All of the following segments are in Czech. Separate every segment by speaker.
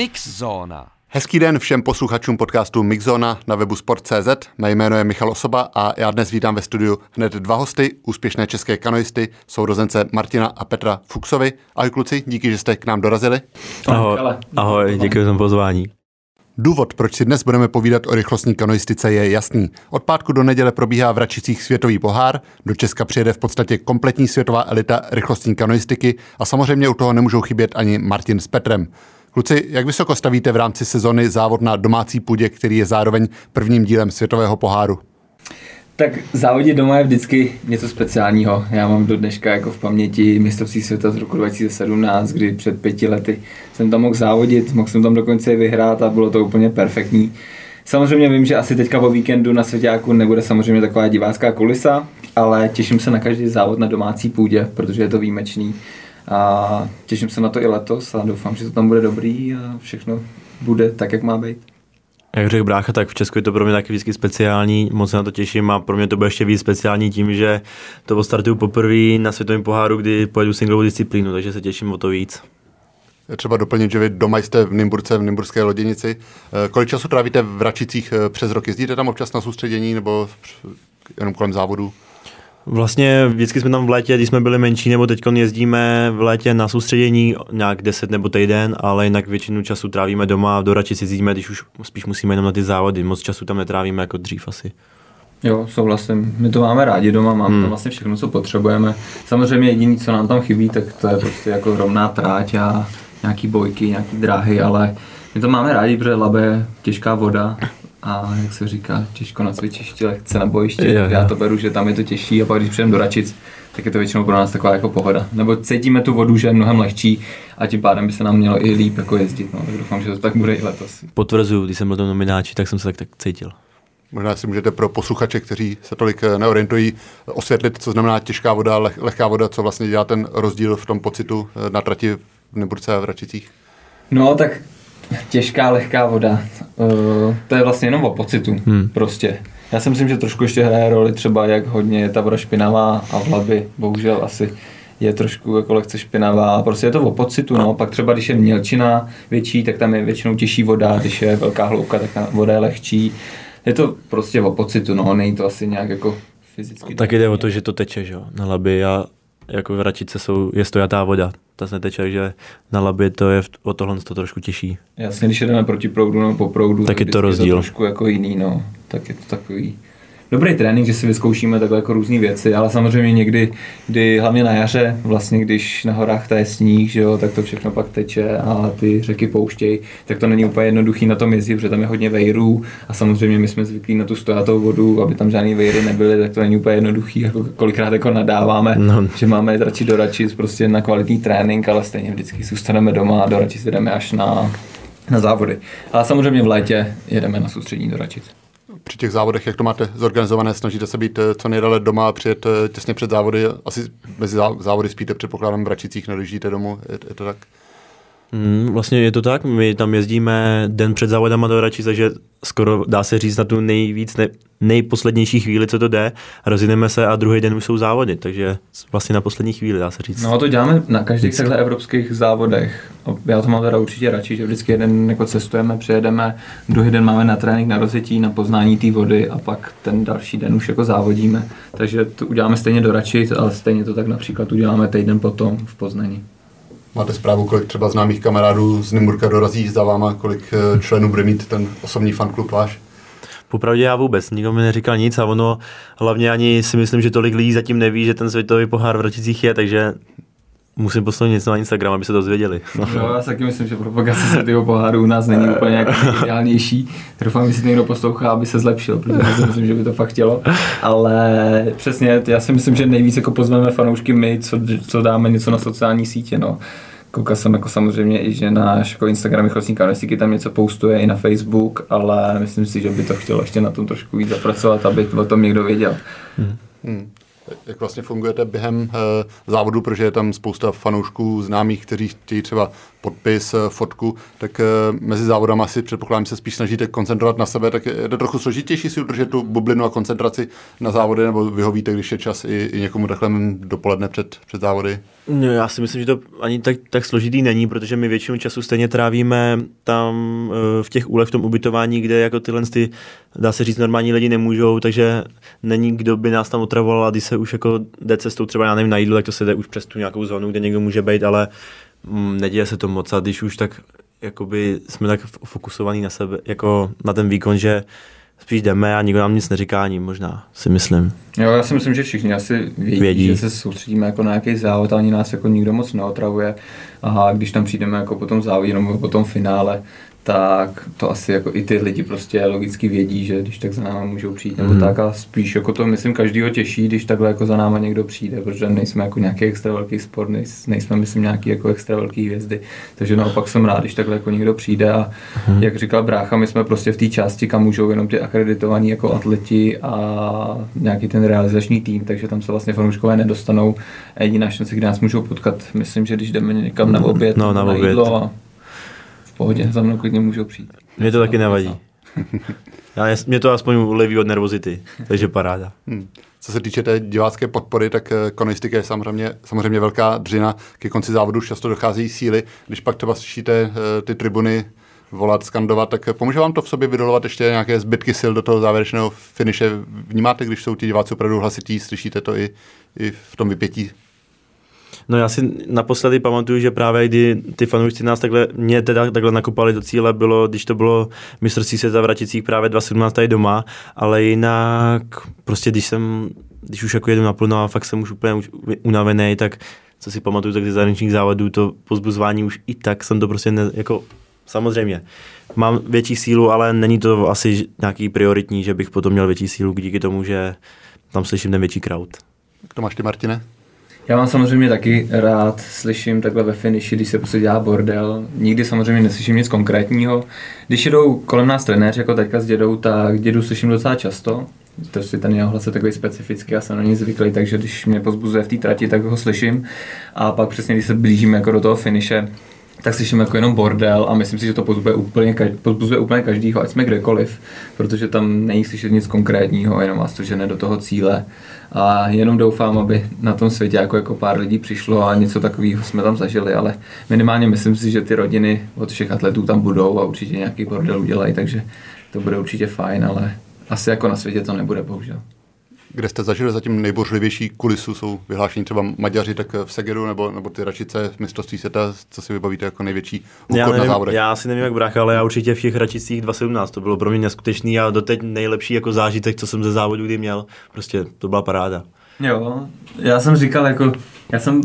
Speaker 1: Mixzóna.
Speaker 2: Hezký den všem posluchačům podcastu Mixzóna na webu Sport.cz. Mé jméno je Michal Osoba a já dnes vítám ve studiu hned dva hosty, úspěšné české kanoisty, sourozence Martina a Petra Fuchsovi. Ahoj kluci, díky, že jste k nám dorazili.
Speaker 3: Ahoj, děkuji za pozvání.
Speaker 2: Důvod, proč si dnes budeme povídat o rychlostní kanoistice, je jasný. Od pátku do neděle probíhá v Račicích světový pohár, do Česka přijede v podstatě kompletní světová elita rychlostní kanoistiky a samozřejmě u toho nemůžou chybět ani Martin s Petrem. Kluci, jak vysoko stavíte v rámci sezony závod na domácí půdě, který je zároveň prvním dílem světového poháru?
Speaker 4: Tak závodit doma je vždycky něco speciálního. Já mám do dneška jako v paměti mistrovství světa z roku 2017, kdy před 5 lety jsem tam mohl závodit, mohl jsem tam dokonce i vyhrát a bylo to úplně perfektní. Samozřejmě vím, že asi teďka po víkendu na Svěťáku nebude samozřejmě taková divácká kulisa, ale těším se na každý závod na domácí půdě, protože je to výjimečný. A těším se na to i letos a doufám, že to tam bude dobrý a všechno bude tak, jak má být.
Speaker 3: Jak řekl brácha, tak v Česku je to pro mě taky vždycky speciální, moc se na to těším a pro mě to bude ještě víc speciální tím, že to odstartuju poprvé na světovém poháru, kdy pojedu singlovou disciplínu, takže se těším o to víc.
Speaker 2: Je třeba doplnit, že vy doma jste v Nymburce, v Nymburské loděnici. Kolik času trávíte v Račicích přes rok? Jezdíte tam občas na soustředění nebo jenom kolem závodu?
Speaker 3: Vlastně vždycky jsme tam v létě, když jsme byli menší, nebo teď jezdíme v létě na soustředění nějak 10 nebo týden, ale jinak většinu času trávíme doma a do Račic jezdíme, když už spíš musíme jenom na ty závody. Moc času tam netrávíme jako dřív asi.
Speaker 4: Jo, souhlasím. My to máme rádi doma, máme tam vlastně všechno, co potřebujeme. Samozřejmě jediné, co nám tam chybí, tak to je prostě jako rovná tráť a nějaký bojky, nějaký dráhy, ale my to máme rádi, protože Labe je těžká voda. A jak se říká, těžko na cvičišti, lehce na bojišti. Já to beru, že tam je to těžší a pak když přijdeme do Račic, tak je to většinou pro nás taková jako pohoda. Nebo cítíme tu vodu, že je mnohem lehčí a tím pádem by se nám mělo i líp jako jezdit. No, tak doufám, že to tak bude i letos.
Speaker 3: Potvrzuju, když jsem byl tam nomináči, tak jsem se tak cítil.
Speaker 2: Možná si můžete pro posluchače, kteří se tolik neorientují, osvětlit, co znamená těžká voda, lehká voda, co vlastně dělá ten rozdíl v tom pocitu na trati v Nymburce a v Račicích.
Speaker 4: No tak těžká, lehká voda, to je vlastně jenom o pocitu, prostě. Já si myslím, že trošku ještě hraje roli třeba, jak hodně je ta voda špinavá a v Labi bohužel asi je trošku jako lehce špinavá. Prostě je to o pocitu, no. Pak třeba, když je mělčina větší, tak tam je většinou těžší voda, když je velká hloubka, tak ta voda je lehčí. Je to prostě o pocitu, no, není to asi nějak jako fyzicky.
Speaker 3: Tak jde o to, že to teče, že jo, na Labi a jako v Račice je stojatá voda, ta se neteče, takže na Labě to je o tohle to trošku těžší.
Speaker 4: Jasně, když jdeme proti proudu nebo po proudu,
Speaker 3: tak je to rozdíl.
Speaker 4: Je to trošku jako jiný, no, tak je to takový dobrý trénink, že si vyzkoušíme takhle jako různé věci, ale samozřejmě někdy, kdy hlavně na jaře, vlastně když na horách je sníh, že jo, tak to všechno pak teče a ty řeky pouštějí, tak to není úplně jednoduchý na tom jezdit, protože tam je hodně vejrů a samozřejmě my jsme zvyklí na tu stojatou vodu, aby tam žádný vejry nebyly, tak to není úplně jednoduchý, jako kolikrát jako nadáváme, že máme jít radši do Račic prostě na kvalitní trénink, ale stejně vždycky zůstaneme doma a do Račic jdeme až na závody. Ale samozřejmě v létě jedeme na soustředění do Račic.
Speaker 2: Při těch závodech, jak to máte zorganizované, snažíte se být co nejdéle doma a přijet těsně před závody? Asi mezi závody spíte, předpokládám, v Račicích, nedojíždíte domů, je to tak?
Speaker 3: Vlastně je to tak, my tam jezdíme den před závodama do Račic, takže skoro dá se říct na tu nejposlednější chvíli, co to jde, rozjedeme se a druhý den už jsou závody, takže vlastně na poslední chvíli dá se říct.
Speaker 4: No to děláme na každých takhle evropských závodech. Já to mám teda určitě radši, že vždycky jeden jako cestujeme, přijedeme, druhý den máme na trénink, na rozjetí, na poznání té vody a pak ten další den už jako závodíme. Takže to uděláme stejně do Račic, ale stejně to tak například uděláme týden potom v Poznani.
Speaker 2: Máte zprávu, kolik třeba známých kamarádů z Nymburka dorazí za váma, kolik členů bude mít ten osobní fanklub váš?
Speaker 3: Popravdě já vůbec, nikdo mi neříkal nic a ono hlavně ani si myslím, že tolik lidí zatím neví, že ten světový pohár v Račicích je, takže musím poslat něco na Instagram, aby se to dozvěděli.
Speaker 4: No, já si taky myslím, že propagace světového poháru u nás není úplně nějak ideálnější. Doufám, že si někdo poslouchá, aby se zlepšil, protože já si myslím, že by to fakt chtělo. Ale přesně, já si myslím, že nejvíc jako pozveme fanoušky my, co dáme něco na sociální sítě. No. Koukal jsem jako samozřejmě i, že náš jako Instagram rychlostní kanoistiky tam něco postuje i na Facebook, ale myslím si, že by to chtělo ještě na tom trošku víc zapracovat, aby o tom někdo věděl.
Speaker 2: Jak vlastně fungujete během závodu, protože je tam spousta fanoušků známých, kteří chtějí třeba podpis, fotku, tak mezi závodama si předpokládám, se spíš snažíte koncentrovat na sebe, tak je to trochu složitější si udržet tu bublinu a koncentraci na závody, nebo vyhovíte, když je čas i někomu takhle dopoledne před závody?
Speaker 3: No, já si myslím, že to ani tak složitý není, protože my většinu času stejně trávíme tam v těch úlech, v tom ubytování, kde jako tyhle, dá se říct, normální lidi nemůžou, takže není kdo by nás tam otravoval, a když se už jako jde cestou třeba, já nevím, na jídlo, tak to se jde už přes tu nějakou zónu, kde někdo může být, ale neděje se to moc, a když už tak jakoby jsme tak fokusovaní na sebe, jako na ten výkon, že spíš jdeme a nikdo nám nic neříká ani, možná si myslím.
Speaker 4: Jo, já si myslím, že všichni asi vědí, že se soustředíme jako na nějaký závod, ani nás jako nikdo moc neotravuje. A když tam přijdeme jako po tom závodě nebo po tom finále, tak to asi jako i ty lidi prostě logicky vědí, že když tak za náma můžou přijít nebo tak, a spíš jako to myslím každýho těší, když takhle jako za náma někdo přijde, protože nejsme jako nějaký extra velký sport, nejsme myslím nějaký jako extra velký hvězdy, takže naopak jsem rád, když takhle jako někdo přijde, a jak říkal brácha, my jsme prostě v té části, kam můžou jenom ty akreditovaní jako atleti a nějaký ten realizační tým, takže tam se vlastně fanouškové nedostanou, a jediná šance, kde nás můžou potkat, myslím, že když jdeme někam na oběd, na jídlo, a v pohodě, za mnou klidně můžou přijít.
Speaker 3: Mě to taky nevadí. Mě to aspoň uleví od nervozity, takže paráda.
Speaker 2: Co se týče té divácké podpory, tak kanoistika je samozřejmě velká dřina. Ke konci závodu často dochází síly. Když pak třeba slyšíte ty tribuny volat, skandovat, tak pomůže vám to v sobě vydolovat ještě nějaké zbytky sil do toho závěrečného finiše? Vnímáte, když jsou ti diváci opravdu hlasití, slyšíte to i v tom vypětí?
Speaker 3: No, já si naposledy pamatuju, že právě kdy ty fanoušci nás mě takhle nakopali do cíle, bylo, když to bylo mistrovství světa v Raticích právě 2017 tady doma, ale jinak prostě když už jako jedu naplno a fakt jsem už úplně unavený, tak co si pamatuju, tak ze zahraničních závodů to pozbuzování už i tak jsem to prostě jako samozřejmě. Mám větší sílu, ale není to asi nějaký prioritní, že bych potom měl větší sílu díky tomu, že tam slyším ten větší crowd.
Speaker 2: Jak to máš ty, Martine?
Speaker 4: Já mám samozřejmě taky rád, slyším takhle ve finiši, když se prostě dělá bordel. Nikdy samozřejmě neslyším nic konkrétního. Když jedou kolem nás trenéři, jako teďka s dědou, tak dědu slyším docela často. Prostě ten jeho hlas je takový specifický, já jsem na něj zvyklý, takže když mě pozbuzuje v té trati, tak ho slyším. A pak přesně, když se blížíme jako do toho finiše, tak slyším jako jenom bordel, a myslím si, že to pozbuzuje úplně každýho, ať jsme kdekoliv, protože tam není slyšet nic konkrétního, jenom vás to žene do toho cíle. A jenom doufám, aby na tom světě jako pár lidí přišlo a něco takového jsme tam zažili, ale minimálně myslím si, že ty rodiny od všech atletů tam budou a určitě nějaký bordel udělají, takže to bude určitě fajn, ale asi jako na světě to nebude, bohužel.
Speaker 2: Kde jste zažili zatím nejbouřlivější kulisu? Jsou vyhlášení třeba Maďaři tak v Segedu nebo ty Račice v mistrovství světa, co si vybavíte jako největší úkol na závodech?
Speaker 3: Já si nevím jak brácha, ale já určitě v těch Račicích 2017, to bylo pro mě neskutečný a doteď nejlepší jako zážitek, co jsem ze závodu kdy měl. Prostě to byla paráda.
Speaker 4: Jo, já jsem říkal, jako, já jsem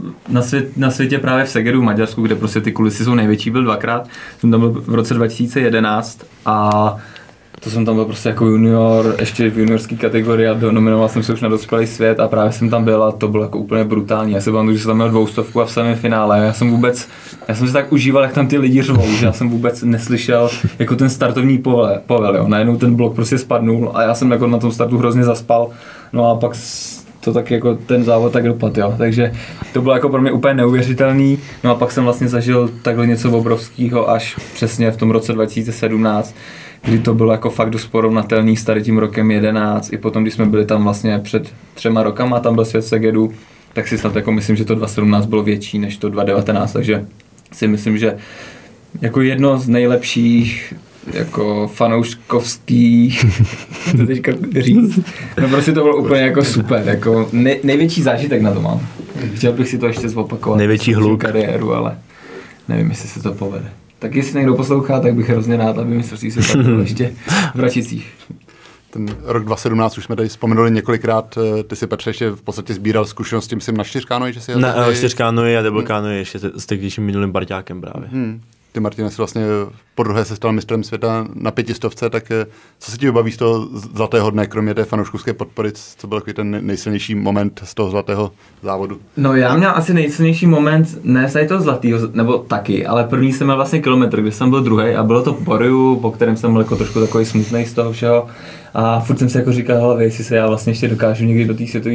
Speaker 4: na světě právě v Segedu v Maďarsku, kde prostě ty kulisy jsou největší, byl dvakrát. Jsem tam byl v roce 2011 a to jsem tam byl prostě jako junior, ještě v juniorské kategorii a nominoval jsem se už na dospělý svět a právě jsem tam byl a to bylo jako úplně brutální. Já se pamatuju, že jsem tam měl 200 a v samém finále. Já jsem si tak užíval, jak tam ty lidi řvou, že já jsem vůbec neslyšel jako ten startovní povel, jo. Najednou ten blok prostě spadnul a já jsem jako na tom startu hrozně zaspal. No a pak to tak jako ten závod tak dopadl, jo. Takže to bylo jako pro mě úplně neuvěřitelný. No a pak jsem vlastně zažil takhle něco obrovského až přesně v tom roce 2017, kdy to bylo jako fakt dost porovnatelný s tady tím rokem 11, i potom, když jsme byli tam vlastně před 3 rokama, tam byl svět Segedu, tak si snad jako myslím, že to 2017 bylo větší než to 2019, takže si myslím, že jako jedno z nejlepších jako fanouškovských, to teďka říct, no prostě to bylo úplně jako super, jako největší zážitek na to mám. Chtěl bych si to ještě zopakovat.
Speaker 3: Největší hluk.
Speaker 4: Kariéru, ale nevím, jestli se to povede. Tak jestli někdo poslouchá, tak bych hrozně rád, aby mistrovství světa bylo ještě v Račicích.
Speaker 2: Ten rok 2017 už jsme tady vzpomenuli několikrát, ty si, Petře, ještě v podstatě sbíral zkušenosti, myslím, na 4x, že si jel?
Speaker 3: Na 4x a double canoe ještě s tehdejším minulým parťákem právě.
Speaker 2: Ty, Martine, si vlastně podruhé se stal mistrem světa na 500, tak co se ti vybaví z toho zlatého dne, kromě té fanouškovské podpory, co byl takový ten nejsilnější moment z toho zlatého závodu?
Speaker 4: No já měl asi nejsilnější moment, ne z toho zlatého, nebo taky, ale první jsem měl vlastně kilometr, kde jsem byl druhý a bylo to v Boreju, po kterém jsem byl jako trošku takový smutný z toho všeho. A furt jsem si jako říkal, hele, jestli se já vlastně ještě dokážu někdy do té světové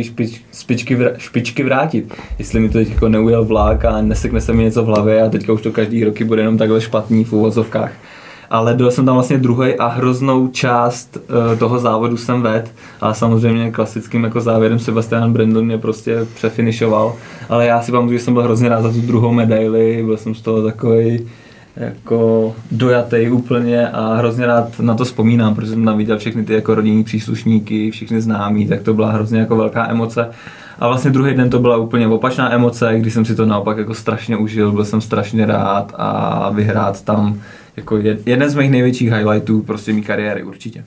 Speaker 4: špičky vrátit. Jestli mi to teď jako neujel vlak a nesekne se mi něco v hlavě a teďka už to každý roky bude jenom takhle špatný v uvozovkách. ale byl jsem tam vlastně druhý a hroznou část toho závodu jsem vedl, ale samozřejmě klasickým jako závěrem Sebastian Brendel mě prostě přefinišoval, ale já si pamatuju, že jsem byl hrozně rád za tu druhou medaili, byl jsem z toho takový jako dojatý úplně a hrozně rád na to vzpomínám, protože jsem tam viděl všechny ty jako rodinní příslušníky, všichni známí, tak to byla hrozně jako velká emoce. A vlastně druhý den to byla úplně opačná emoce, když jsem si to naopak jako strašně užil, byl jsem strašně rád a vyhrát tam jako jeden z mých největších highlightů prostě mý kariéry určitě.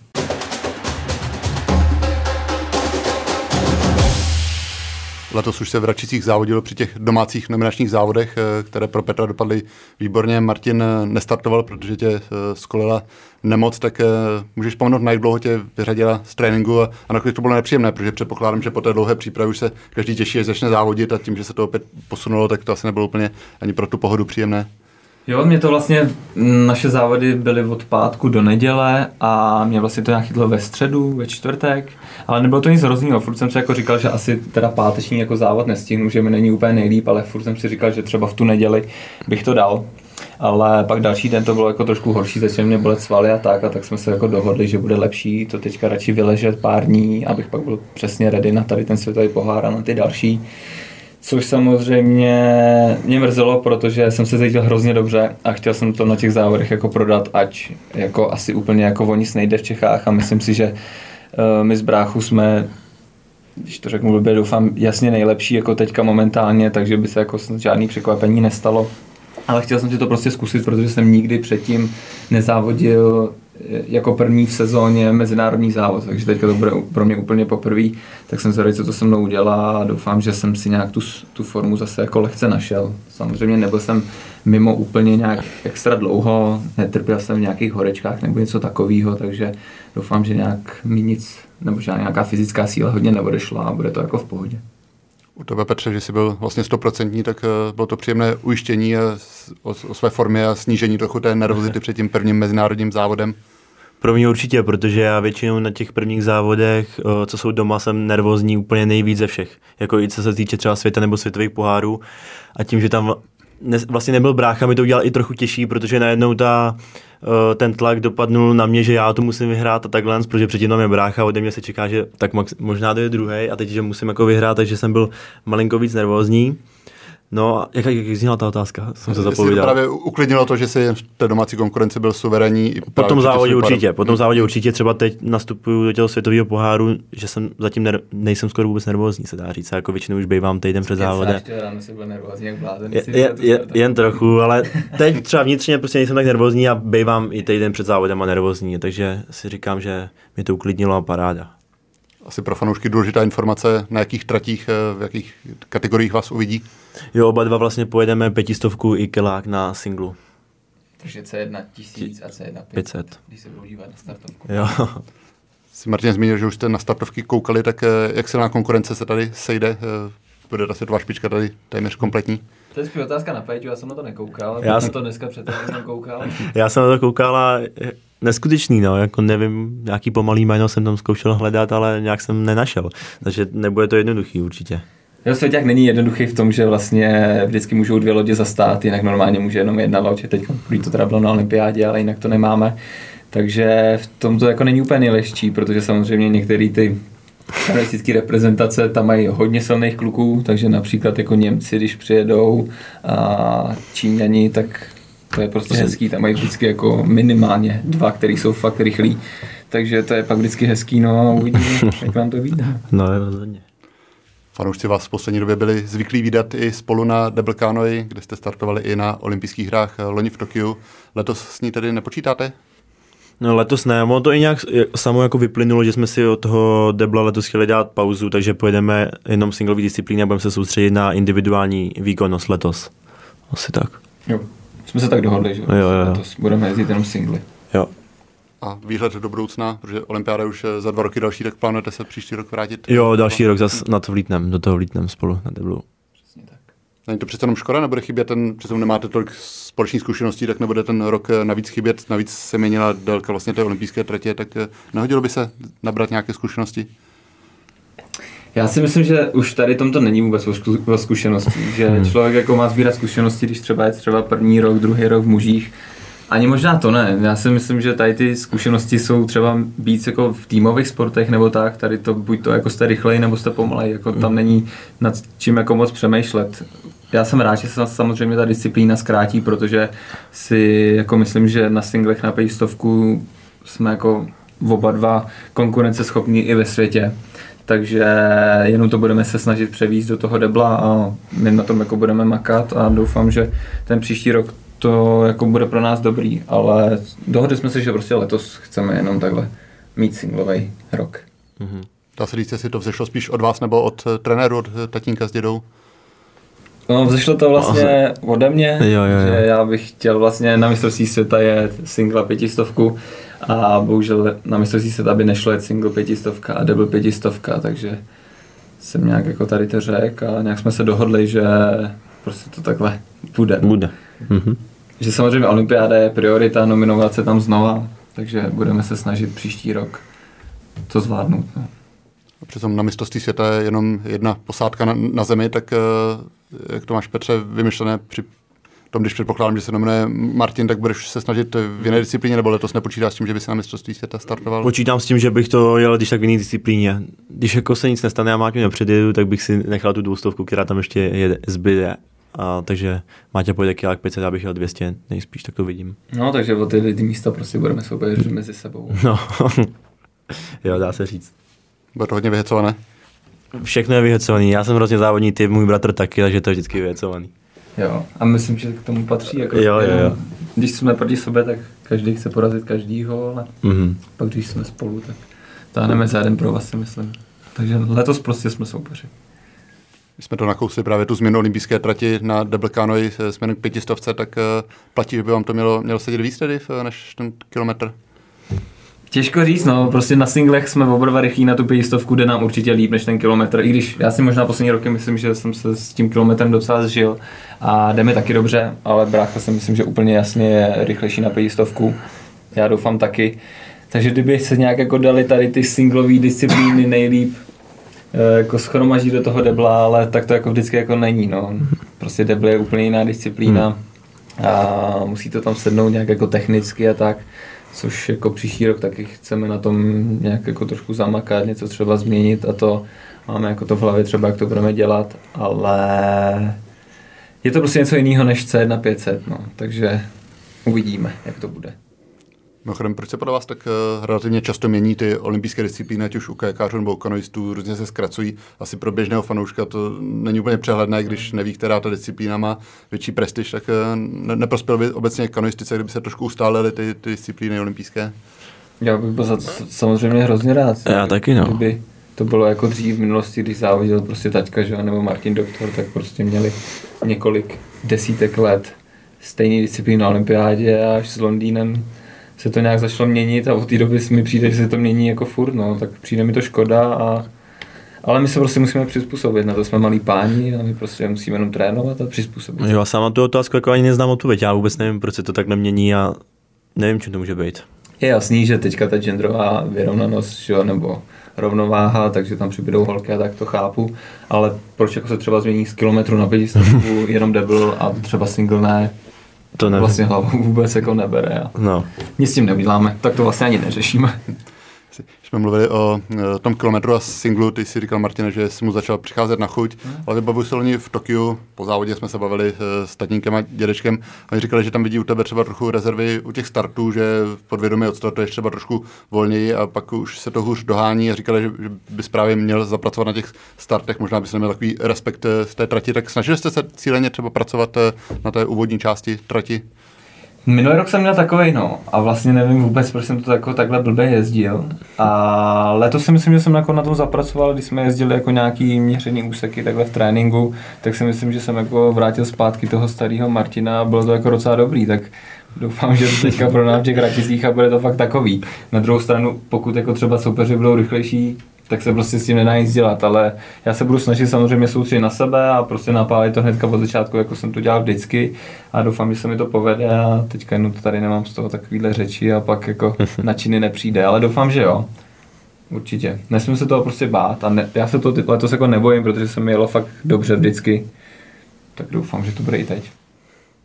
Speaker 2: Letos už se v Račicích závodilo při těch domácích nominačních závodech, které pro Petra dopadly výborně. Martin nestartoval, protože tě skolila nemoc, tak můžeš vzpomenout, na jak dlouho tě vyřadila z tréninku a nakonec to bylo nepříjemné, protože předpokládám, že po té dlouhé přípravě už se každý těší, až začne závodit a tím, že se to opět posunulo, tak to asi nebylo úplně ani pro tu pohodu příjemné.
Speaker 4: Jo, mě to vlastně, naše závody byly od pátku do neděle a mě vlastně to nějak chytlo ve středu, ve čtvrtek, ale nebylo to nic hroznýho, furt jsem si jako říkal, že asi teda páteční jako závod nestihnu, že mi není úplně nejlíp, ale furt jsem si říkal, že třeba v tu neděli bych to dal. Ale pak další den to bylo jako trošku horší, začaly mě bolet svaly a tak jsme se jako dohodli, že bude lepší to teďka radši vyležet pár dní, abych pak byl přesně ready na tady ten světový pohár a na ty další. Což samozřejmě mě mrzelo, protože jsem se cítil hrozně dobře a chtěl jsem to na těch závodech jako prodat, ať jako asi úplně jako o nic nejde v Čechách a myslím si, že my z bráchu jsme, když to řeknu blbě, doufám, jasně nejlepší jako teďka momentálně, takže by se jako žádný překvapení nestalo. Ale chtěl jsem si to prostě zkusit, protože jsem nikdy předtím nezávodil jako první v sezóně mezinárodní závod, takže teďka to bude pro mě úplně poprvé, tak jsem zvědavý, co to se mnou udělá a doufám, že jsem si nějak tu formu zase jako lehce našel. Samozřejmě nebyl jsem mimo úplně nějak extra dlouho, netrpěl jsem v nějakých horečkách nebo něco takového, takže doufám, že nějak mi nic, nebo že nějaká fyzická síla hodně neodešla a bude to jako v pohodě.
Speaker 2: U tebe, Petře, že jsi byl vlastně 100%, tak bylo to příjemné ujištění o své formě a snížení trochu té nervozity před tím prvním mezinárodním závodem.
Speaker 3: Pro mě určitě, protože já většinou na těch prvních závodech, co jsou doma, jsem nervózní úplně nejvíc ze všech. Jako i co se týče třeba světa nebo světových pohárů. A tím, že tam vlastně nebyl brácha, mi to udělal i trochu těžší, protože najednou ten tlak dopadnul na mě, že já to musím vyhrát a takhle, protože předtím tam je brácha, ode mě se čeká, že tak možná to je druhý a teď, že musím jako vyhrát, takže jsem byl malinko víc nervózní. No a jak zněla ta otázka? Jsem se zapovídal.
Speaker 2: Právě uklidnilo to, že jsi v té domácí konkurenci byl suverénní.
Speaker 3: Po tom závodě určitě třeba teď nastupuju do toho světového poháru, že jsem zatím nejsem skoro vůbec nervózní, se dá říct. Jako většinou už bývám týden před závodem. Jen trochu, ale teď třeba vnitřně prostě nejsem tak nervózní a bývám i týden před závodem a nervózní, takže si říkám, že mě to uklidnilo a paráda.
Speaker 2: Asi pro fanoušky důležitá informace, na jakých tratích, v jakých kategoriích vás uvidí?
Speaker 3: Jo, oba dva vlastně pojedeme 500 i kilák na singlu.
Speaker 4: Takže C1 1000 a C1 500, když se budou dívat na startovku.
Speaker 3: Jo.
Speaker 2: Si Martin zmínil, že už jste na startovky koukali, tak jak silná konkurence se tady sejde? Bude ta světová špička tady téměř kompletní?
Speaker 4: To je spíš otázka na Péťu, já jsem na to nekoukal, já jsem to dneska před týdnem koukal.
Speaker 3: Já jsem na to koukal a neskutečný, no, jako nevím, nějaký pomalý jméno jsem tam zkoušel hledat, ale nějak jsem nenašel, takže nebude to jednoduchý určitě.
Speaker 4: Svěťák není jednoduchý v tom, že vlastně vždycky můžou dvě lodě zastát, jinak normálně může jenom jedna loď, teď to teda bylo na olympiádě, ale jinak to nemáme. Takže v tom to jako není úplně nejlehčí, protože samozřejmě některé ty kanoistické reprezentace tam mají hodně silných kluků, takže například jako Němci, když přijedou a Číňani, tak to je prostě hezký, tam mají vždycky jako minimálně dva, který jsou fakt rychlí. Takže to je pak vždycky hezký, no a uvidíme, jak vám to vyjde.
Speaker 3: No, rozhodně.
Speaker 2: Fanoušci vás v poslední době byli zvyklí vídat i spolu na double canoe, kde jste startovali i na olympijských hrách loni v Tokiu. Letos s ní tedy nepočítáte?
Speaker 3: No letos ne, ono to i nějak samo jako vyplynulo, že jsme si od toho debla letos chtěli dát pauzu, takže pojedeme jenom singlový disciplíny a budeme se soustředit na individuální výkonnost letos. Asi tak.
Speaker 4: Jo, jsme se tak dohodli, že
Speaker 3: jo.
Speaker 4: Letos budeme jezdit jenom singly.
Speaker 3: Jo.
Speaker 2: A výhled do budoucna, protože olympiáda už za 2 roky další, tak plánujete se příští rok vrátit?
Speaker 3: Jo, další rok zase do toho vlítnem spolu na deblu.
Speaker 4: Přesně tak.
Speaker 2: Není to přece jenom škoda, nebude chybět přece nemáte tolik společných zkušeností, tak nebude ten rok navíc chybět, navíc se měnila délka vlastně té olympijské tratě, tak nehodilo by se nabrat nějaké zkušenosti?
Speaker 4: Já si myslím, že už tady tomto není vůbec o zkušenosti, že člověk jako má sbírat zkušenosti, když třeba je první rok, druhý rok v mužích, Ani možná to ne. Já si myslím, že tady ty zkušenosti jsou třeba víc jako v týmových sportech nebo tak. Tady to buď to jako jste rychleji nebo jste pomalej. Jako tam není nad čím jako moc přemýšlet. Já jsem rád, že se samozřejmě ta disciplína zkrátí, protože si jako myslím, že na singlech na 500 jsme jako oba dva konkurenceschopní i ve světě. Takže jenom to budeme se snažit převízt do toho debla a my na tom jako budeme makat a doufám, že ten příští rok to jako bude pro nás dobrý, ale dohodli jsme se, že prostě letos chceme jenom takhle mít singlový rok.
Speaker 2: Dá se říct, jestli to vzešlo spíš od vás nebo od trenéru, od tatínka s dědou?
Speaker 4: No, vzešlo to vlastně ode mě, že já bych chtěl vlastně na mistrovství světa jet singla 500 a bohužel na mistrovství světa by nešlo jet single 500 a double 500, takže jsem nějak jako tady to řekl a nějak jsme se dohodli, že prostě to takhle bude. Že samozřejmě olympiáda je priorita, nominovat se tam znova, takže budeme se snažit příští rok to zvládnout. No.
Speaker 2: Přitom na mistrovství světa je jenom jedna posádka na zemi, tak jak to máš, Petře, vymyšlené při tom, když předpokládám, že se nominuje Martin, tak budeš se snažit v jiné disciplíně, nebo letos nepočítáš s tím, že by se na mistrovství světa startoval?
Speaker 3: Počítám s tím, že bych to jel když tak v jiné disciplíně. Když jako se nic nestane a Máťu nepředjedu, tak bych si nechal tu 200, která tam ještě zbyde. Takže Máťa pojede kilák 500, já bych jel 200, nejspíš, tak to vidím.
Speaker 4: No, takže o ty místa prostě budeme soupeřit mezi sebou.
Speaker 3: No, jo, dá se říct.
Speaker 2: Bude to hodně vyhecované?
Speaker 3: Všechno je vyhecovaný, já jsem hrozně závodní typ, můj bratr taky, takže to je vždycky vyhecovaný.
Speaker 4: Jo, a myslím, že k tomu patří. Jako
Speaker 3: jo.
Speaker 4: Když jsme proti sobě, tak každý chce porazit každýho, ale pak když jsme spolu, tak táhneme za jeden pro vás, si myslím. Takže letos prostě jsme soupeři.
Speaker 2: Když jsme to nakousli právě tu změnu olympijské trati na double canoe směrem k 500, tak platí, že by vám to mělo sedět víc tedy než ten kilometr?
Speaker 4: Těžko říct, no, prostě na singlech jsme oba dva rychlí na tu 500, jde nám určitě líp než ten kilometr, i když já si možná poslední roky myslím, že jsem se s tím kilometrem docela zžil a jde mi taky dobře, ale brácha si myslím, že úplně jasně je rychlejší na 500, já doufám taky. Takže kdyby se nějak jako dali tady ty singlové disciplíny nejlíp jako schromaždit do toho debla, ale tak to jako vždycky jako není, no. Prostě debl je úplně jiná disciplína a musí to tam sednout nějak jako technicky a tak. Což jako příští rok taky chceme na tom nějak jako trošku zamakat, něco třeba změnit a to máme jako to v hlavě třeba, jak to budeme dělat, ale je to prostě něco jiného než C1 500, no, takže uvidíme, jak to bude.
Speaker 2: Mimochodem, proč se podle vás tak relativně často mění ty olympijské disciplíny, ať už u kajakářů nebo u kanoistů, různě se zkracují. Asi pro běžného fanouška to není úplně přehledné, když neví, která ta disciplína má větší prestiž, tak neprospěl by obecně kanoistice, kdyby se trošku ustálily ty disciplíny olympijské?
Speaker 4: Já bych byl za to samozřejmě hrozně rád.
Speaker 3: Já taky, no.
Speaker 4: Kdyby to bylo jako dřív v minulosti, když závodil prostě taťka, že? Nebo Martin Doktor, tak prostě měli několik desítek let stejný disciplín na olympiádě a až s Londýnem se to nějak začalo měnit a od té doby mi přijde, že se to mění jako furt, no, tak přijde mi to škoda, ale my se prostě musíme přizpůsobit, na to jsme malí páni a my prostě musíme jenom trénovat a přizpůsobit.
Speaker 3: Jo, a sama tu otázku jako ani neznám odpověď, já vůbec nevím, proč se to tak nemění a nevím, čím to může být. Je
Speaker 4: jasný, že teďka ta genderová vyrovnanost, že, nebo rovnováha, takže tam přibydou holky a tak to chápu, ale proč jako se třeba změní z kilometru na 500 jenom double a třeba single ne? To vlastně hlavu vůbec jako nebere. No. Nic s tím neuděláme, tak to vlastně ani neřešíme.
Speaker 2: Když jsme mluvili o tom kilometru a singlu, ty si říkal, Martine, že jsi mu začal přicházet na chuť, ale vybavuji se loni v Tokiu, po závodě jsme se bavili s tatínkem a dědečkem a oni říkali, že tam vidí u tebe třeba trochu rezervy u těch startů, že podvědomě odstartuješ třeba trošku volněji a pak už se to hůř dohání a říkali, že bys právě měl zapracovat na těch startech, možná bys neměl takový respekt z té trati, tak snažili jste se cíleně třeba pracovat na té úvodní části trati?
Speaker 4: Minulý rok jsem měl takovej, no, a vlastně nevím vůbec, proč jsem to jako takhle blbě jezdil. A letos si myslím, že jsem jako na tom zapracoval, když jsme jezdili jako nějaký měřený úseky takhle v tréninku, tak si myslím, že jsem jako vrátil zpátky toho starého Martina a bylo to jako docela dobrý, tak doufám, že to teďka pro nás v těch Raticích a bude to fakt takový. Na druhou stranu, pokud jako třeba soupeři budou rychlejší, tak se prostě s tím nedá nic dělat, ale já se budu snažit samozřejmě soustředit na sebe a prostě napálit to hnedka od začátku, jako jsem to dělal vždycky a doufám, že se mi to povede a teďka jenom tady nemám z toho takovýhle řeči a pak jako na činy nepřijde, ale doufám, že jo. Určitě. Nesmím se toho prostě bát a já se to letos jako nebojím, protože se mi jelo fakt dobře vždycky, tak doufám, že to bude i teď.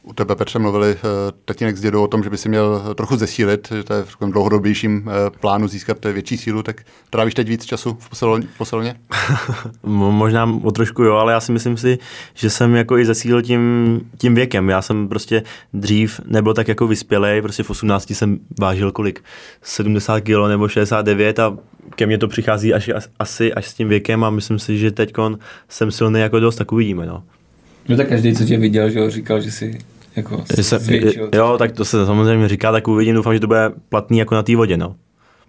Speaker 2: U tebe, Petře, mluvili tatínek s dědou o tom, že by si měl trochu zesílit, že to je v takovém dlouhodobějším plánu získat větší sílu, tak trávíš teď víc času v posilovně?
Speaker 3: Možná o trošku jo, ale já si myslím si, že jsem jako i zesílil tím věkem. Já jsem prostě dřív nebyl tak jako vyspělej, prostě v 18 jsem vážil kolik? 70 kg nebo 69 a ke mně to přichází až s tím věkem a myslím si, že teďkon jsem silný jako dost, tak uvidíme, no.
Speaker 4: No tak každý, co tě viděl, že ho říkal, že si jako zvětšil.
Speaker 3: Jo, tak to se samozřejmě říká, tak uvidím, doufám, že to bude platný jako na té vodě, no.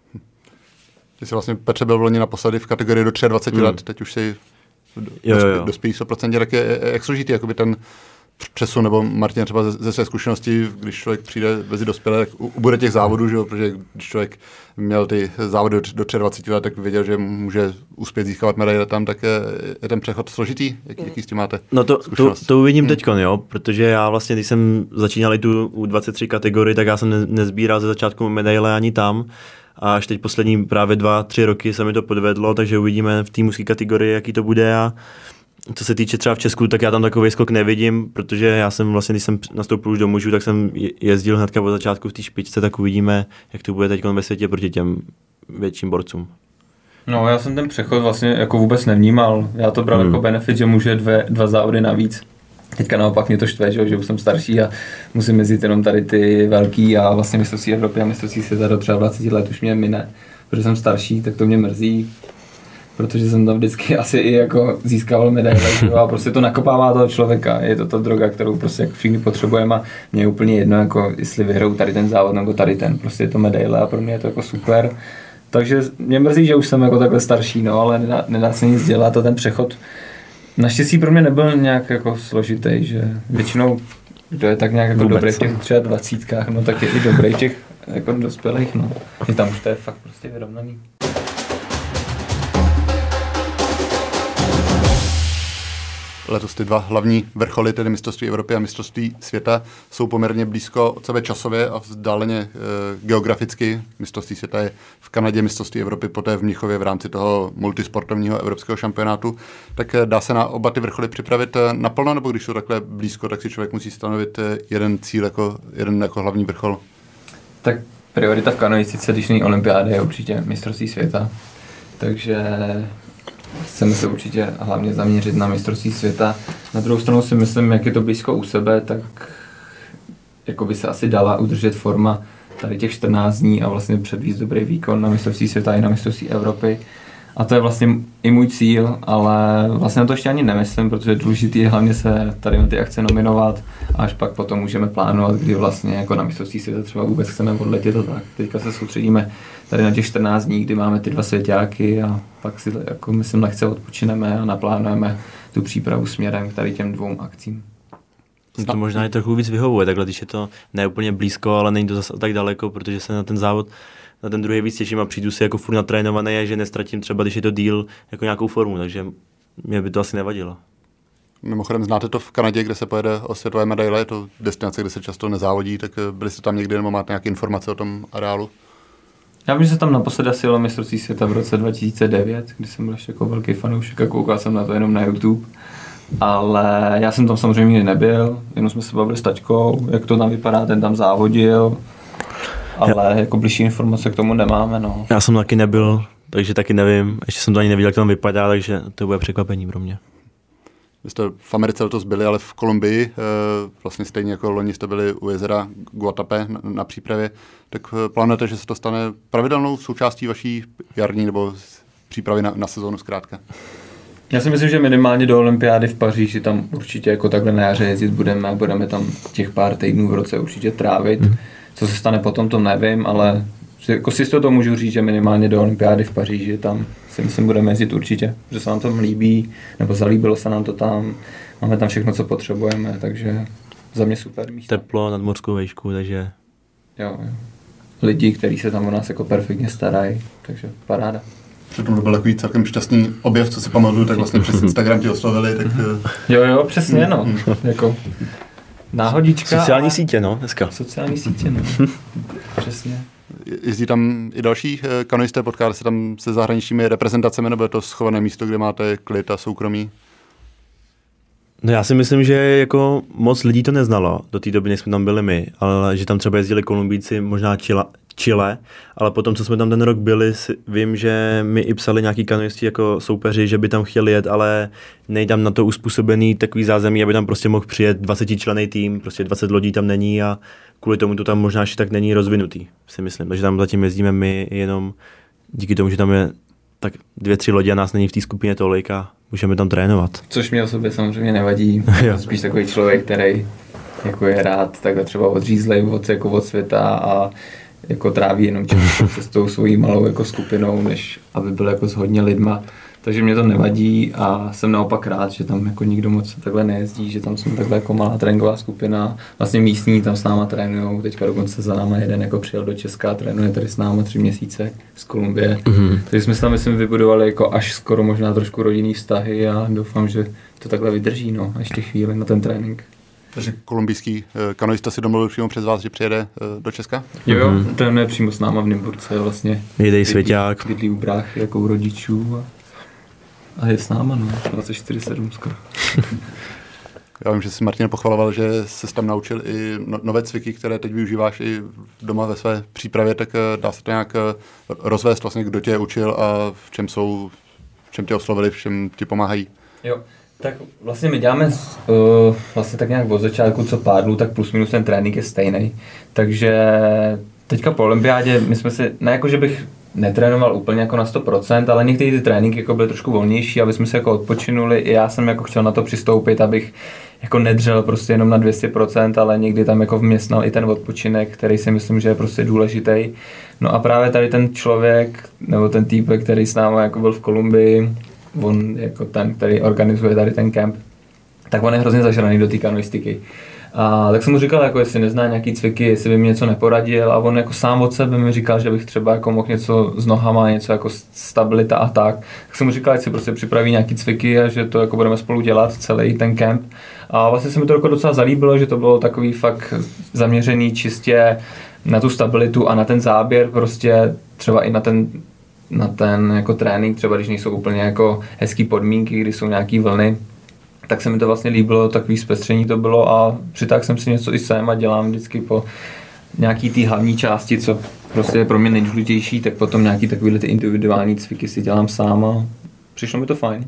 Speaker 2: Ty jsi vlastně, Petře, byl vloni naposledy v kategorii do 23 let, teď už si dospělý 100%, tak jak složitý jakoby ten přesun, nebo Martin třeba ze své zkušenosti, když člověk přijde mezi dospělé, tak ubude těch závodů, že jo, protože když člověk měl ty závody do 23 let, tak věděl, že může uspět získávat medaile tam, tak je ten přechod složitý? Jaký s tím máte zkušenost?
Speaker 3: To uvidím teďkon, jo, protože já vlastně, když jsem začínal i tu U23 kategorii, tak já jsem nezbíral ze začátku medaile ani tam. A až teď poslední právě 2-3 roky se mi to podvedlo, takže uvidíme v té mužské kategorii, jaký to bude. A co se týče třeba v Česku, tak já tam takový skok nevidím, protože já jsem vlastně, když jsem nastoupil už do mužů, tak jsem jezdil hnedka od začátku v té špičce, tak uvidíme, jak to bude teď ve světě proti těm větším borcům.
Speaker 4: No, já jsem ten přechod vlastně jako vůbec nevnímal. Já to bral jako benefit, že může dva závody navíc. Teďka naopak mě to štve, že už jsem starší a musím jezdit jenom tady ty velký a vlastně mistrovství Evropy a mistrovství světa do třeba 20 let už mě mine, protože jsem starší, tak to mě mrzí, protože jsem tam vždycky asi i jako získával medaile a prostě to nakopává toho člověka, je to ta droga, kterou prostě jako všichni potřebujeme a mě je úplně jedno, jako jestli vyhraju tady ten závod nebo tady ten, prostě je to medaile a pro mě je to jako super. Takže mě mrzí, že už jsem jako takhle starší, no, ale nedá se nic dělat a ten přechod naštěstí pro mě nebyl nějak jako složitý, že většinou kdo je tak nějak jako dobrý v těch třeba 20, no tak je i dobrý v těch jako dospělých, no. I tam už to je fakt prostě vyrovnaný.
Speaker 2: Letos ty dva hlavní vrcholy, tedy mistrovství Evropy a mistrovství světa, jsou poměrně blízko od sebe časově a vzdáleně geograficky. Mistrovství světa je v Kanadě, mistrovství Evropy poté v Mnichově v rámci toho multisportovního evropského šampionátu. Tak dá se na oba ty vrcholy připravit naplno, nebo když jsou takhle blízko, tak si člověk musí stanovit jeden cíl, jeden jako hlavní vrchol?
Speaker 4: Tak priorita v kanoistice, když není olympiáda, je určitě mistrovství světa. Takže chceme se určitě hlavně zaměřit na mistrovství světa. Na druhou stranu si myslím, jak je to blízko u sebe, tak jako by se asi dala udržet forma tady těch 14 dní a vlastně předvíst dobrý výkon na mistrovství světa i na mistrovství Evropy. A to je vlastně i můj cíl, ale vlastně na to ještě ani nemyslím, protože důležité je hlavně se tady na ty akce nominovat a až pak potom můžeme plánovat, kdy vlastně jako na mistrovství světa třeba vůbec chceme odletět a tak. Teďka se soustředíme tady na těch 14 dní, kdy máme ty dva svěťáky a pak si jako myslím lehce odpočineme a naplánujeme tu přípravu směrem k tady těm dvou akcím.
Speaker 3: To možná i trochu víc vyhovuje, takhle, když je to ne úplně blízko, ale není to zase tak daleko, protože se na ten závod, na ten druhý víc těším a přijdu si jako furt natrénovaný a že nestratím třeba, když je to díl, jako nějakou formu, takže mě by to asi nevadilo.
Speaker 2: Mimochodem znáte to v Kanadě, kde se pojede o světové medaile, je to destinace, kde se často nezávodí, tak byli jste tam někdy nebo máte nějaké informace o tom areálu?
Speaker 4: Já vím, že se tam naposledy asi jelo mistrovství světa v roce 2009, kdy jsem byl ještě jako velký fanoušek a koukal jsem na to jenom na YouTube. Ale já jsem tam samozřejmě nikdy nebyl, jenom jsme se bavili s taťkou, jak to tam vypadá, ten tam závodil, ale jako blížší informace k tomu nemáme, no.
Speaker 3: Já jsem taky nebyl, takže taky nevím, ještě jsem to ani neviděl, jak to tam vypadá, takže to bude překvapení pro mě.
Speaker 2: Vy jste v Americe letos byli, ale v Kolumbii, vlastně stejně jako loni jste byli u jezera Guatapé na přípravě, tak plánujete, že se to stane pravidelnou součástí vaší jarní nebo přípravy na sezónu zkrátka?
Speaker 4: Já si myslím, že minimálně do olympiády v Paříži tam určitě jako takhle na jaře jezdit budeme a budeme tam těch pár týdnů v roce určitě trávit. Co se stane potom, to nevím, ale jako si to můžu říct, že minimálně do olympiády v Paříži tam si myslím budeme jezdit určitě, že se nám to líbí, nebo zalíbilo se nám to tam, máme tam všechno, co potřebujeme, takže za mě super místo.
Speaker 3: Teplo, nadmořskou výšku, takže...
Speaker 4: Jo. Lidi, kteří se tam o nás jako perfektně starají, takže paráda.
Speaker 2: Přitom to byl takový celkem šťastný objev, co si pamatuju, tak vlastně přes Instagram ti oslovili, tak...
Speaker 4: Jo, přesně, no. Jako náhodička.
Speaker 3: Sociální sítě, no, dneska.
Speaker 4: Sociální sítě, no. Přesně.
Speaker 2: Jezdí tam i další kanoisté, potkáte se tam se zahraničními reprezentacemi, nebo je to schované místo, kde máte klid a soukromí?
Speaker 3: No já si myslím, že jako moc lidí to neznalo do té doby, než jsme tam byli my, ale že tam třeba jezdili Kolumbíci, možná Chile, ale potom, co jsme tam ten rok byli, vím, že mi i psali nějaký kanoisti jako soupeři, že by tam chtěli jet, ale nejdám na to uspůsobený takový zázemí, aby tam prostě mohl přijet 20členný tým, prostě 20 lodí tam není a kvůli tomu to tam možná ještě tak není rozvinutý, si myslím. Takže tam zatím jezdíme my jenom díky tomu, že tam je tak 2-3 lodě a nás není v té skupině tolik a můžeme tam trénovat.
Speaker 4: Což mě o sobě samozřejmě nevadí. Spíš takový člověk, který jako je rád takhle třeba odřízlej od světa a jako tráví jenom čas se s tou svojí malou jako skupinou, než aby byl jako s hodně lidma. Takže mě to nevadí a jsem naopak rád, že tam jako nikdo moc takhle nejezdí, že tam jsme takhle jako malá tréninková skupina. Vlastně místní tam s náma trénujou, teďka dokonce za náma jeden jako přijel do Česka, trénuje tady s náma 3 měsíce z Kolumbie. Takže jsme se tam myslím vybudovali jako až skoro možná trošku rodinný vztahy a doufám, že to takhle vydrží, no, a ještě chvíli na ten trénink.
Speaker 2: Takže kolumbijský kanoista si domluvil přímo přes vás, že přijede do Česka?
Speaker 4: Jo, trénuje přímo s náma v Nymburce vlastně.
Speaker 3: Jedej svěťák.
Speaker 4: Bydlí u bráchy jako u rodičů a je s náma, no, 24/7 skoro.
Speaker 2: Já vím, že jsi Martin pochvaloval, že jsi tam naučil i nové cviky, které teď využíváš i doma ve své přípravě, tak dá se to nějak rozvést vlastně, kdo tě učil a v čem tě oslovili, v čem ti pomáhají?
Speaker 4: Jo, tak vlastně my děláme vlastně tak nějak od začátku co pádlu, tak plus minus ten trénink je stejný. Takže teďka po olympiádě my jsme si, ne jako že bych netrénoval úplně jako na 100%, ale některé ty tréninky jako byly trošku volnější, aby jsme se jako odpočinuli. I já jsem jako chtěl na to přistoupit, abych jako nedřel prostě jenom na 200%, ale někdy tam jako vměstnal i ten odpočinek, který si myslím, že je prostě důležitý. No a právě tady ten člověk, nebo ten týpek, který s námi jako byl v Kolumbii, on jako ten, který organizuje tady ten kemp, tak on je hrozně zažraný do té kanoistiky. A tak jsem mu říkal, jako jestli nezná nějaký cviky, jestli by mi něco neporadil, a on jako sám od sebe mi říkal, že bych třeba jako mohl něco s nohama, něco jako stabilita a tak. Tak jsem mu říkal, ať si prostě připraví nějaký cviky a že to jako budeme spolu dělat celý ten kemp. A vlastně se mi to jako docela zalíbilo, že to bylo takový fakt zaměřený čistě na tu stabilitu a na ten záběr, prostě třeba i na ten jako trénink, třeba když nejsou úplně jako hezký podmínky, kdy jsou nějaký vlny, tak se mi to vlastně líbilo, takový zpestření to bylo a přitáhl jsem si něco i sem a dělám vždycky po nějaký té hlavní části, co prostě je pro mě nejdůležitější, tak potom nějaký takovýhle ty individuální cviky si dělám sám a přišlo mi to fajn.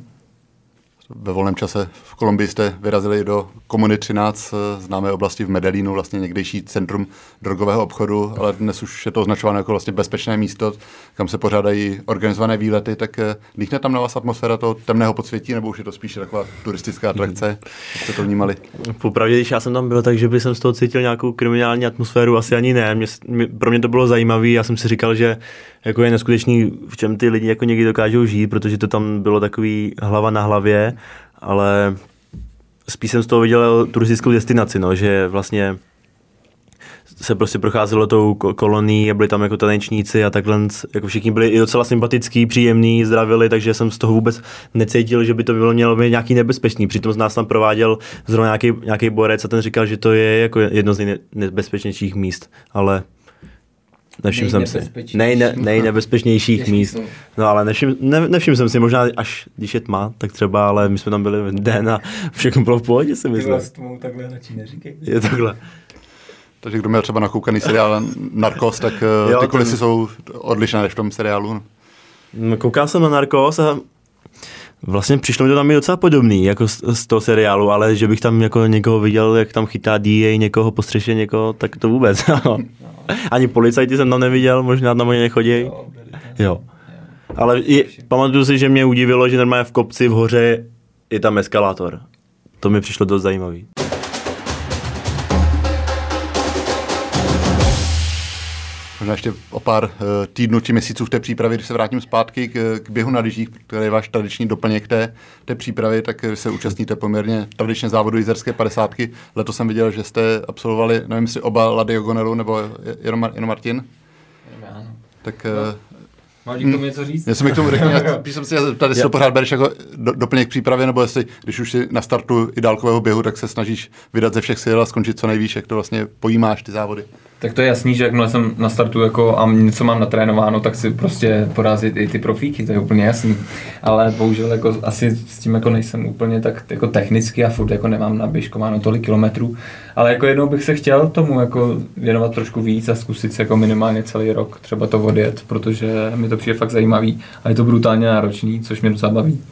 Speaker 2: Ve volném čase v Kolumbii jste vyrazili do Komuny 13, známé oblasti v Medellínu, vlastně někdejší centrum drogového obchodu, ale dnes už je to označováno jako vlastně bezpečné místo, kam se pořádají organizované výlety, tak dýchne tam na vás atmosféra toho temného podsvětí, nebo už je to spíše taková turistická atrakce? Jak jste to vnímali?
Speaker 3: Popravdě, když já jsem tam byl, takže bych jsem z toho cítil nějakou kriminální atmosféru, asi ani ne. Pro mě to bylo zajímavé, já jsem si říkal, že jako je neskutečný, v čem ty lidi jako někdy dokážou žít, protože to tam bylo takový hlava na hlavě, ale spíš jsem z toho viděl turistickou destinaci, no, že vlastně se prostě procházelo tou kolonií a byli tam jako tanečníci a takhle, jako všichni byli i docela sympatický, příjemný, zdravili, takže jsem z toho vůbec necítil, že by to mělo být nějaký nebezpečný. Přitom z nás tam prováděl zrovna nějaký borec a ten říkal, že to je jako jedno z nejnebezpečnějších míst, ale nevšiml jsem si. Nejnebezpečnějších míst. No ale nevšiml jsem si, možná až když je tma, tak třeba, ale my jsme tam byli den a všechno bylo v pohodě, si myslím.
Speaker 4: Ty s tmou takhle radši neříkej.
Speaker 3: Je takhle.
Speaker 2: Takže kdo měl třeba nakoukaný seriál Narcos, tak ty kulisy jsou odlišné než v tom seriálu.
Speaker 3: No, koukal jsem na Narcos a vlastně přišlo mi to tam i docela podobný, jako z toho seriálu, ale že bych tam jako někoho viděl, jak tam chytá DA, někoho postřeše někoho, tak to vůbec. No. Ani policajti jsem tam neviděl, možná tam oni nechodí. Jo. Ale pamatuju si, že mě udivilo, že normálně v kopci v hoře je tam eskalátor. To mi přišlo dost zajímavý.
Speaker 2: Možná ještě o pár týdnů či měsíců v té přípravě, když se vrátím zpátky k běhu na lyžích, který je váš tradiční doplněk té přípravy, tak se účastníte poměrně tradičně závodu jizerské 50. Letos jsem viděl, že jste absolvovali, nevím, jestli oba Lady Ogonelu nebo jenom Martin.
Speaker 4: Ano.
Speaker 2: Tak...
Speaker 4: Máš k tomu něco říct?
Speaker 2: Já jsem mi k tomu řekl, když jsem si tady si to pořád bereš jako doplněk přípravy, nebo jestli, když už si na startu i dálkového běhu, tak se snažíš vydat ze všech sil a skončit co nejvíc, jak to vlastně pojímáš ty závody.
Speaker 4: Tak to je jasný, že jakmile jsem na startu jako a něco mám natrénováno, tak si prostě porazit i ty profíky, to je úplně jasný. Ale bohužel jako asi s tím jako nejsem úplně tak jako technicky a furt jako nemám naběžkováno tolik kilometrů. Ale jako jednou bych se chtěl tomu jako věnovat trošku víc a zkusit se jako minimálně celý rok třeba to odjet, protože mi to přijde fakt zajímavý a je to brutálně náročný, což mě docela baví.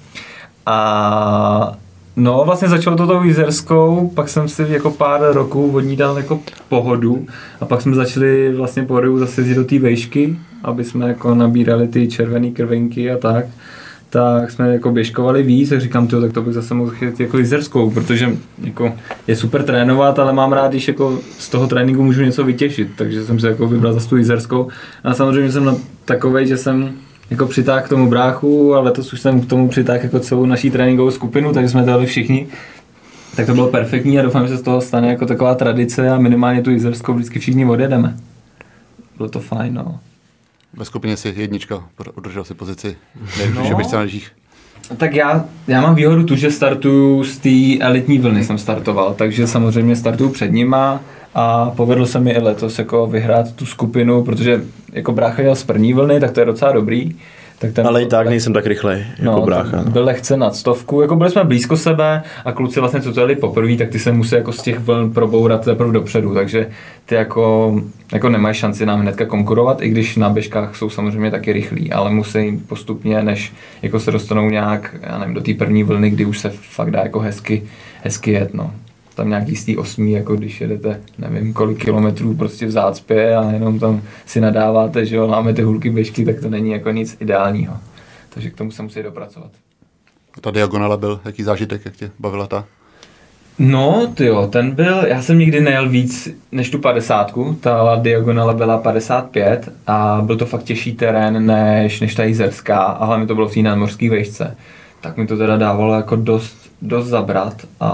Speaker 4: A no, vlastně začalo to tou Jizerskou, pak jsem si jako pár roků od ní dal jako pohodu a pak jsme začali vlastně pohodu zase jít do té vejšky, aby jsme jako nabírali ty červené krvinky a tak jsme jako běžkovali víc a říkám, tak to bych zase mohl chytit jako Jizerskou, protože jako je super trénovat, ale mám rád, když jako z toho tréninku můžu něco vytěžit, takže jsem se jako vybral za tu Jizerskou a samozřejmě jsem takovej, že jsem jako přitáhl k tomu bráchu, ale letos už jsem k tomu přitáhl jako celou naší tréninkovou skupinu, takže jsme to dali všichni. Tak to bylo perfektní a doufám, že se z toho stane jako taková tradice a minimálně tu Jizerskou vždycky všichni odjedeme. Bylo to fajn, no.
Speaker 2: Ve skupině si jednička, udržel si pozici, že běžce na lyžích.
Speaker 4: Tak já mám výhodu tu, že startuju z té elitní vlny jsem startoval, takže samozřejmě startuju před nima a povedlo se mi i letos jako vyhrát tu skupinu, protože jako brácha jel z první vlny, tak to je docela dobrý. Tak ten
Speaker 3: ale i tak nejsem tak rychlej jako brácha.
Speaker 4: Byl lehce nad 100, jako byli jsme blízko sebe a kluci vlastně, co to jeli poprvé, tak ty se musí jako z těch vln probourat teprve dopředu, takže ty jako nemají šanci nám hnedka konkurovat, i když na běžkách jsou samozřejmě taky rychlí, ale musí postupně, než jako se dostanou nějak, já nevím, do té první vlny, kdy už se fakt dá jako hezky jet, no. Tam nějaký z té 8, jako když jedete, nevím kolik kilometrů prostě v zácpě a jenom tam si nadáváte, že jo, máme ty hulky běžky, tak to není jako nic ideálního. Takže k tomu se musí dopracovat.
Speaker 2: Ta diagonala byl, jaký zážitek, jak tě bavila ta?
Speaker 4: No, tyjo, ten byl, já jsem nikdy nejel víc než tu 50, ta diagonala byla 55 a byl to fakt těžší terén než ta Jizerská a hlavně to bylo v té nadmořské vejšce. Tak mi to teda dávalo jako dost zabrat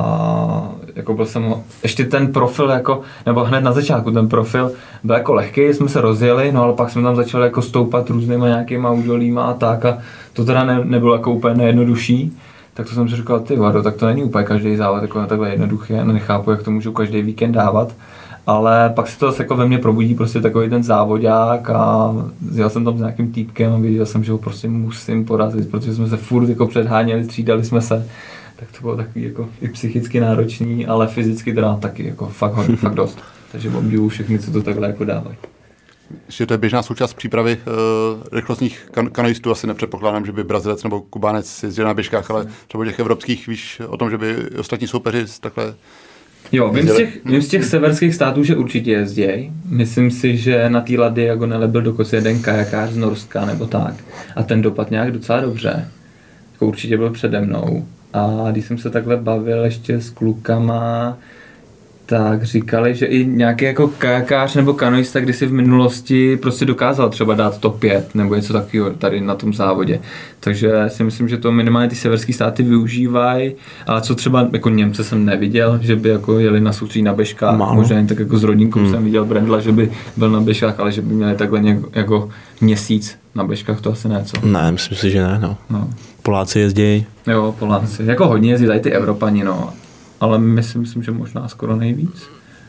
Speaker 4: a jako byl jsem, ještě ten profil jako, nebo hned na začátku ten profil byl jako lehký, jsme se rozjeli, no ale pak jsme tam začali jako stoupat různýma nějakýma údolíma a tak a to teda nebylo jako úplně nejjednodušší, tak to jsem si říkal, ty vado, tak to není úplně každý závod jako na takhle jednoduchý, já nechápu, jak to můžu každý víkend dávat. Ale pak se to zase jako ve mně probudí prostě takový ten závodák a jel jsem tam s nějakým týpkem a věděl jsem, že ho prostě musím porazit, protože jsme se furt jako předháněli, střídali jsme se. Tak to bylo takový jako i psychicky náročný, ale fyzicky teda taky jako fakt dost. Takže obdivuju všechny, co to takhle jako dávají.
Speaker 2: Ještě to je běžná součást přípravy rychlostních kanoistů. Asi nepředpokládám, že by Brazilec nebo Kubánec jezdil na běžkách, ale třeba těch evropských, víš o tom, že by ostatní soupeři takhle...
Speaker 4: Jo, vím z těch severských států, že určitě jezděj. Myslím si, že na té diagonale byl dokonce jeden kajakář z Norska nebo tak. A ten dopadl nějak docela dobře. Jako určitě byl přede mnou. A když jsem se takhle bavil ještě s klukama, tak říkali, že i nějaký jako kajakář nebo kanoista kdysi v minulosti prostě dokázal třeba dát top 5 nebo něco takového tady na tom závodě. Takže si myslím, že to minimálně ty severské státy využívají, ale co třeba jako Němce jsem neviděl, že by jako jeli na soustředí na běžkách, možná jen tak jako s rodinkou jsem viděl Brendla, že by byl na běžkách, ale že by měli takhle jako měsíc na běžkách, to asi ne, co?
Speaker 3: Ne, myslím si, že ne, no. Poláci jezdějí.
Speaker 4: Jo, Poláci, jako hodně jezdí tady ty Evropani, no. Ale myslím, že možná skoro nejvíc.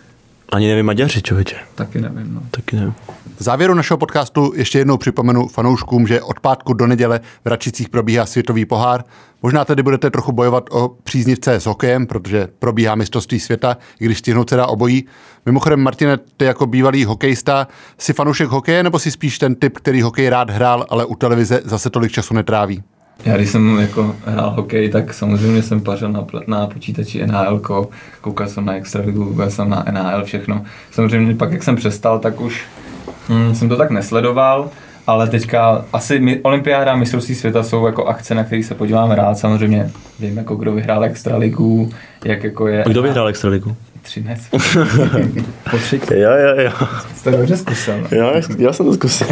Speaker 3: Ani nevím Maďaři, člověče.
Speaker 4: Taky nevím, no.
Speaker 3: Taky nevím.
Speaker 2: V závěru našeho podcastu ještě jednou připomenu fanouškům, že od pátku do neděle v Račicích probíhá světový pohár. Možná tedy budete trochu bojovat o příznivce s hokejem, protože probíhá mistrovství světa, i když stihnout se dá obojí. Mimochodem, Martine, ty jako bývalý hokejista, jsi fanoušek hokeje, nebo si spíš ten typ, který hokej rád hrál, ale u televize zase tolik času netráví?
Speaker 4: Já když jsem jako hrál hokej, tak samozřejmě jsem pařil na počítači NHL, koukal jsem na Extraligu, koukal jsem na NHL, všechno. Samozřejmě pak, jak jsem přestal, tak už jsem to tak nesledoval, ale teďka asi olympiáda a mistrovství světa jsou jako akce, na které se podívám rád. Samozřejmě vím, jako kdo vyhrál Extraligu, jak jako je...
Speaker 3: A kdo vyhrál Extraligu?
Speaker 4: Třinec. Po třetí.
Speaker 3: Jo.
Speaker 4: Jste dobře zkusil.
Speaker 3: Jo, já jsem to zkusil.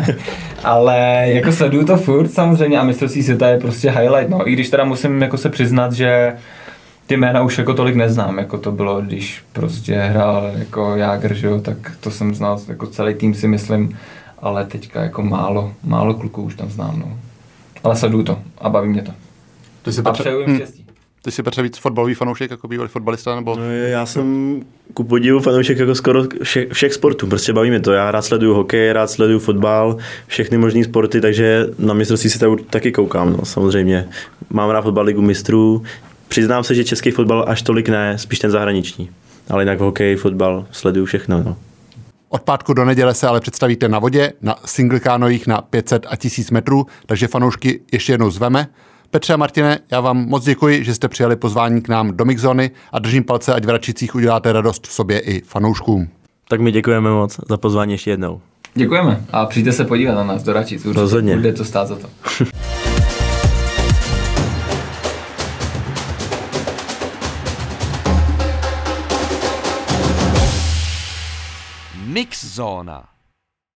Speaker 4: Ale jako sleduju to furt samozřejmě a mistrovství světa je prostě highlight, no. I když teda musím jako se přiznat, že ty jména už jako tolik neznám, jako to bylo, když prostě hrál jako Jágr, že jo, tak to jsem znal, jako celý tým si myslím, ale teďka jako málo kluků už tam znám, no. Ale sleduju to a baví mě to. A přeju jim štěstí.
Speaker 2: Ty jsi Petře víc fotbalový fanoušek jako bývalý fotbalista, nebo?
Speaker 3: No, já jsem ku podivu fanoušek jako skoro všech sportů, prostě baví mě to. Já rád sleduju hokej, rád sleduju fotbal, všechny možný sporty, takže na mistrovství si taky koukám, no, samozřejmě. Mám rád fotbal Ligu mistrů, přiznám se, že český fotbal až tolik ne, spíš ten zahraniční. Ale jinak hokej, fotbal, sleduju všechno, no.
Speaker 2: Od pátku do neděle se ale představíte na vodě, na single kánojích na 500 a 1000 metrů, takže fanoušky ještě jednou zveme. Petře a Martine, já vám moc děkuji, že jste přijali pozvání k nám do Mixzóny a držím palce, ať v Račicích uděláte radost sobě i fanouškům.
Speaker 3: Tak my děkujeme moc za pozvání ještě jednou.
Speaker 4: Děkujeme a přijďte se podívat na nás do Račic.
Speaker 3: Rozhodně.
Speaker 4: Bude to stát za to.
Speaker 1: Mixzóna.